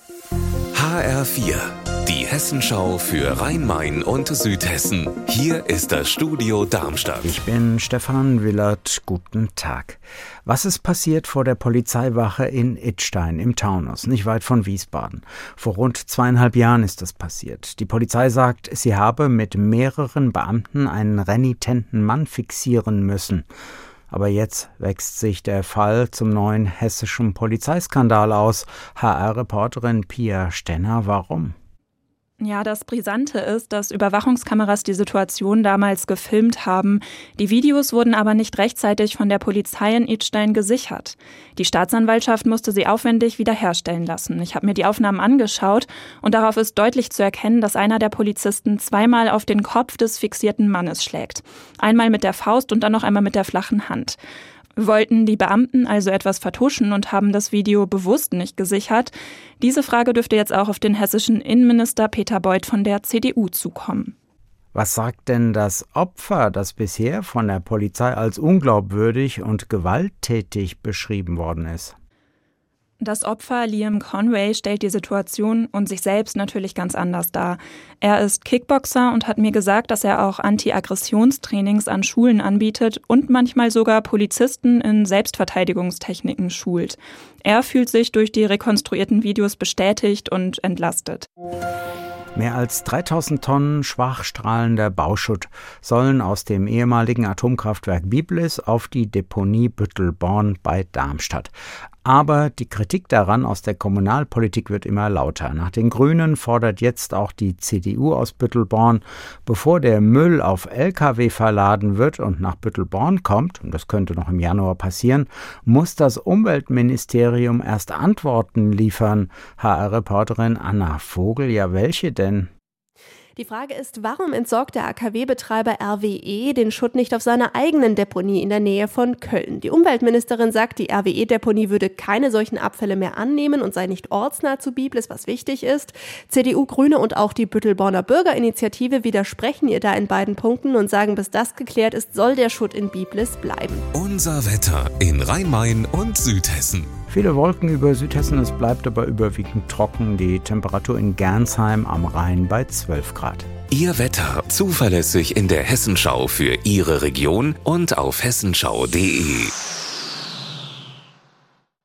HR4, die Hessenschau für Rhein-Main und Südhessen. Hier ist das Studio Darmstadt. Ich bin Stefan Willert. Guten Tag. Was ist passiert vor der Polizeiwache in Idstein im Taunus, nicht weit von Wiesbaden? Vor rund 2,5 Jahren ist das passiert. Die Polizei sagt, sie habe mit mehreren Beamten einen renitenten Mann fixieren müssen. Aber jetzt wächst sich der Fall zum neuen hessischen Polizeiskandal aus. HR-Reporterin Pia Stenner, warum? Ja, das Brisante ist, dass Überwachungskameras die Situation damals gefilmt haben. Die Videos wurden aber nicht rechtzeitig von der Polizei in Idstein gesichert. Die Staatsanwaltschaft musste sie aufwendig wiederherstellen lassen. Ich habe mir die Aufnahmen angeschaut und darauf ist deutlich zu erkennen, dass einer der Polizisten zweimal auf den Kopf des fixierten Mannes schlägt. Einmal mit der Faust und dann noch einmal mit der flachen Hand. Wollten die Beamten also etwas vertuschen und haben das Video bewusst nicht gesichert? Diese Frage dürfte jetzt auch auf den hessischen Innenminister Peter Beuth von der CDU zukommen. Was sagt denn das Opfer, das bisher von der Polizei als unglaubwürdig und gewalttätig beschrieben worden ist? Das Opfer Liam Conway stellt die Situation und sich selbst natürlich ganz anders dar. Er ist Kickboxer und hat mir gesagt, dass er auch Anti-Aggressionstrainings an Schulen anbietet und manchmal sogar Polizisten in Selbstverteidigungstechniken schult. Er fühlt sich durch die rekonstruierten Videos bestätigt und entlastet. Mehr als 3000 Tonnen schwach strahlender Bauschutt sollen aus dem ehemaligen Atomkraftwerk Biblis auf die Deponie Büttelborn bei Darmstadt. Aber die Kritik daran aus der Kommunalpolitik wird immer lauter. Nach den Grünen fordert jetzt auch die CDU aus Büttelborn, bevor der Müll auf Lkw verladen wird und nach Büttelborn kommt, und das könnte noch im Januar passieren, muss das Umweltministerium erst Antworten liefern. HR-Reporterin Anna Vogel, ja welche denn? Die Frage ist, warum entsorgt der AKW-Betreiber RWE den Schutt nicht auf seiner eigenen Deponie in der Nähe von Köln? Die Umweltministerin sagt, die RWE-Deponie würde keine solchen Abfälle mehr annehmen und sei nicht ortsnah zu Biblis, was wichtig ist. CDU, Grüne und auch die Büttelborner Bürgerinitiative widersprechen ihr da in beiden Punkten und sagen, bis das geklärt ist, soll der Schutt in Biblis bleiben. Unser Wetter in Rhein-Main und Südhessen. Viele Wolken über Südhessen, es bleibt aber überwiegend trocken. Die Temperatur in Gernsheim am Rhein bei 12 Grad. Ihr Wetter zuverlässig in der Hessenschau für Ihre Region und auf hessenschau.de.